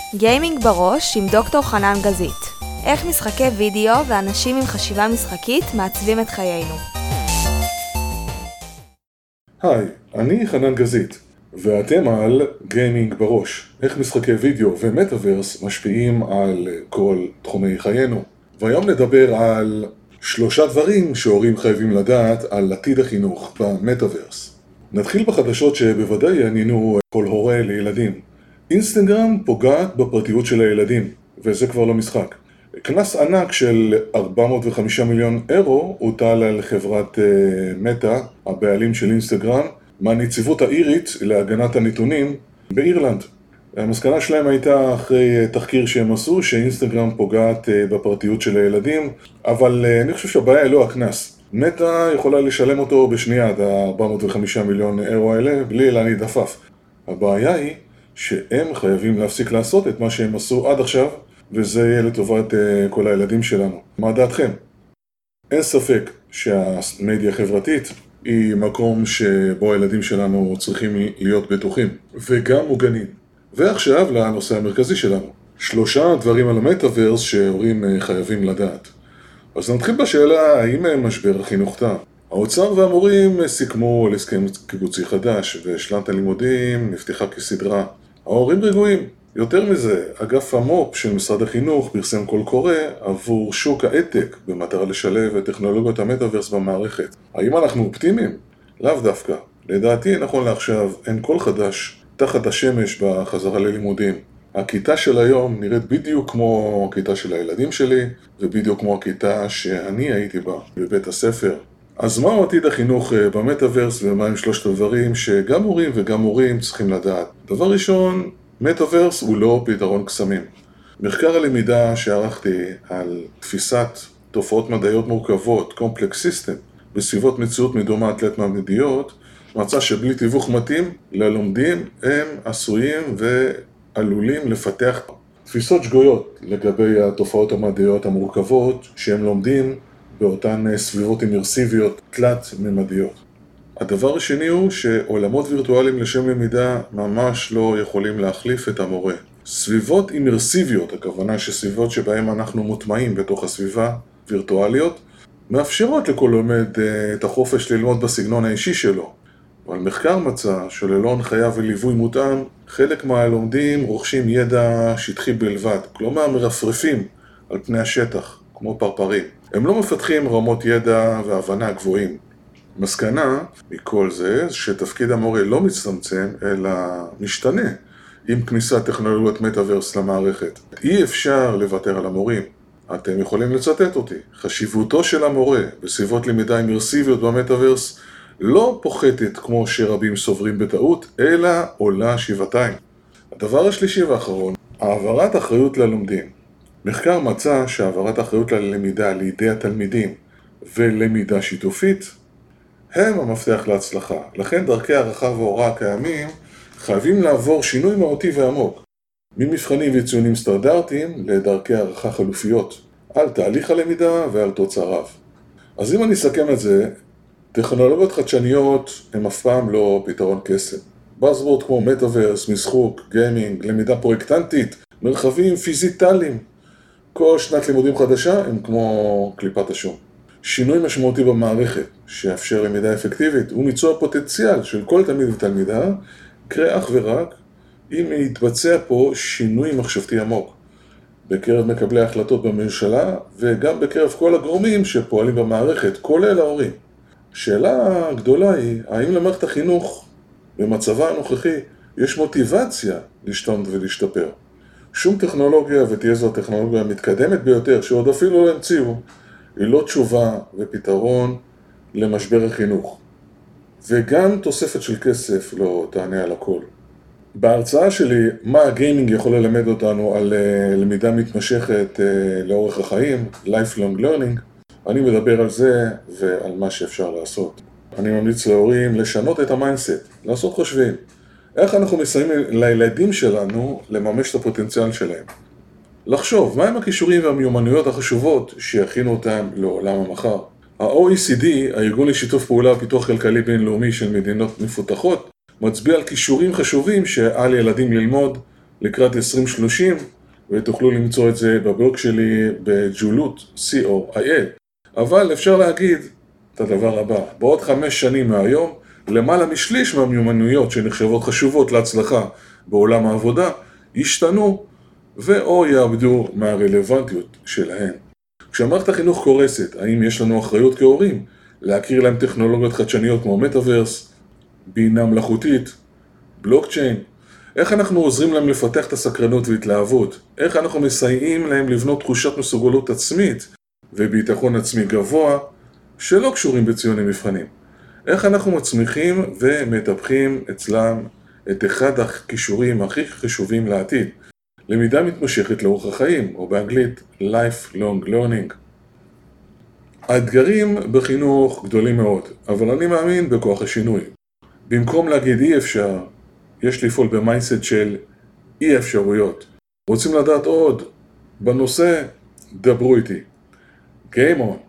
גיימינג בראש עם דוקטור חנן גזית. איך משחקי וידאו ואנשים עם חשיבה משחקית מעצבים את חיינו. היי, אני חנן גזית, ואתם על גיימינג בראש. איך משחקי וידאו ומטאברס משפיעים על כל תחומי חיינו. והיום נדבר על 3 דברים שהורים חייבים לדעת על עתיד החינוך במטאברס. נתחיל בחדשות שבוודאי יעניינו כל הורה לילדים. אינסטגרם פוגעת בפרטיות של הילדים, וזה כבר לא משחק. קנס ענק של 405 מיליון אירו הוטל על חברת מטא, הבעלים של אינסטגרם, מהנציבות האירית להגנת הנתונים באירלנד. המסקנה שלהם הייתה אחרי תחקיר שהם עשו, שאינסטגרם פוגעת בפרטיות של הילדים, אבל אני חושב שהבעיה היא לא הקנס. מטא יכולה לשלם אותו בשנייה, את ה-405 מיליון אירו האלה, בלי להניד עפעף. הבעיה היא שהם חייבים להפסיק לעשות את מה שהם עשו עד עכשיו, וזה יהיה לטובת כל הילדים שלנו. מה דעתכם? אין ספק שהמדיה החברתית היא מקום שבו הילדים שלנו צריכים להיות בטוחים וגם מוגנים. ועכשיו לנושא המרכזי שלנו. 3 דברים על המטאברס שהורים חייבים לדעת. אז נתחיל בשאלה, האם משבר החינוך תם? האוצר והמורים סיכמו על הסכם קיבוצי חדש, ושנת הלימודים נפתחה כסדרה. ההורים רגועים. יותר מזה, אגף המו"פ של משרד החינוך פרסם קול קורא עבור שוק ההייטק במטרה לשלב את טכנולוגיות המטאברס במערכת. האם אנחנו אופטימיים? לאו דווקא. לדעתי, נכון לעכשיו, אין קול חדש תחת השמש בחזרה ללימודים. הכיתה של היום נראית בדיוק כמו הכיתה של הילדים שלי, ובדיוק כמו הכיתה שאני הייתי בה בבית הספר. אז מהו עתיד החינוך במטאברס ומה עם 3 דברים שגם הורים וגם מורים צריכים לדעת? דבר ראשון, מטאברס הוא לא פתרון קסמים. מחקר הלמידה שערכתי על תפיסת תופעות מדעיות מורכבות, complex system, בסביבות מציאות מדומה תלת-ממדיות, מצא שבלי תיווך מתאים ללומדים הם עשויים ועלולים לפתח תפיסות שגויות לגבי התופעות המדעיות המורכבות שהם לומדים באותן סביבות אימרסיביות תלת-ממדיות. הדבר השני הוא שעולמות וירטואליים לשם למידה ממש לא יכולים להחליף את המורה. סביבות אימרסיביות, הכוונה שסביבות שבהן אנחנו מוטמעים בתוך הסביבה וירטואליות, מאפשרות לכל לומד את החופש ללמוד בסגנון האישי שלו. אבל מחקר מצא שללא הנחיה וליווי מותאם, חלק מהלומדים רוכשים ידע שטחי בלבד, כלומר מרפרפים על פני השטח, כמו פרפרים. הם לא מפתחים רמות ידע והבנה גבוהים. מסקנה מכל זה שתפקיד המורה לא מצטמצם אלא משתנה עם כניסת טכנולוגיות מטאברס למערכת. אי אפשר לוותר על המורים. אתם יכולים לצטט אותי. חשיבותו של המורה בסביבות למידה אימרסיביות במטאברס לא פוחתת כמו שרבים סוברים בטעות, אלא עולה שבעתיים. הדבר השלישי והאחרון, העברת אחריות ללומדים. מחקר מצא שהעברת אחריות ללמידה לידי התלמידים ולמידה שיתופית הם המפתח להצלחה. לכן דרכי הערכה והוראה הקיימים חייבים לעבור שינוי מהותי ועמוק, ממבחנים וציונים סטנדרטיים לדרכי הערכה חלופיות, על תהליך הלמידה ועל תוצריו. אז אם אני אסכם את זה, טכנולוגיות חדשניות הם אף פעם לא פתרון קסם. Buzzword כמו מטאברס, משחוק, גיימינג, למידה פרויקטנטית, מרחבים פיזיטליים. כל שנת לימודים חדשה הם כמו קליפת השום. שינוי משמעותי במערכת שיאפשר למידה אפקטיבית ומיצוע פוטנציאל של כל תלמיד ותלמידה יקרה אך ורק אם יתבצע פה שינוי מחשבתי עמוק בקרב מקבלי ההחלטות בממשלה וגם בקרב כל הגורמים שפועלים במערכת, כולל ההורים. שאלה גדולה היא, האם למערכת החינוך במצבה הנוכחי יש מוטיבציה להשתנות ולהשתפר? שום טכנולוגיה, ותהיה זו הטכנולוגיה המתקדמת ביותר שעוד אפילו לא המציאו, היא לא תשובה ופתרון למשבר החינוך. וגם תוספת של כסף לא תענה על הכל. בהרצאה שלי, מה הגיימינג יכול ללמד אותנו על למידה מתמשכת לאורך החיים, lifelong learning, אני מדבר על זה ועל מה שאפשר לעשות. אני ממליץ להורים לשנות את המיינדסט, לעשות חושבים. איך אנחנו מסייעים לילדים שלנו לממש את הפוטנציאל שלהם? לחשוב, מהם הכישורים והמיומנויות החשובות שיכינו אותם לעולם המחר? ה-OECD, הארגון לשיתוף פעולה ופיתוח כלכלי בינלאומי של מדינות מפותחות, מצביע על כישורים חשובים שעל ילדים ללמוד לקראת 2030, ותוכלו למצוא את זה בבלוג שלי בג'ולות, co.il. אבל אפשר להגיד את הדבר הבא, בעוד 5 שנים מהיום, למעלה משליש מהמיומנויות שנחשבות חשובות להצלחה בעולם העבודה, ישתנו ואו יאבדו מהרלוונטיות שלהן. כשמערכת החינוך קורסת, האם יש לנו אחריות כהורים להכיר להם טכנולוגיות חדשניות כמו מטאברס, בינה מלאכותית, בלוקצ'יין? איך אנחנו עוזרים להם לפתח את הסקרנות והתלהבות? איך אנחנו מסייעים להם לבנות תחושת מסוגלות עצמית וביטחון עצמי גבוה שלא קשורים בציונים מבחנים? איך אנחנו מצמיחים ומטפחים אצלם את אחד הכישורים הכי חשובים לעתיד? למידה מתמשכת לאורך החיים, או באנגלית lifelong learning. האתגרים בחינוך גדולים מאוד, אבל אני מאמין בכוח השינוי. במקום להגיד אי אפשר, יש לפעול במיינדסט של אי אפשרויות. רוצים לדעת עוד בנושא? דברו איתי. Game on.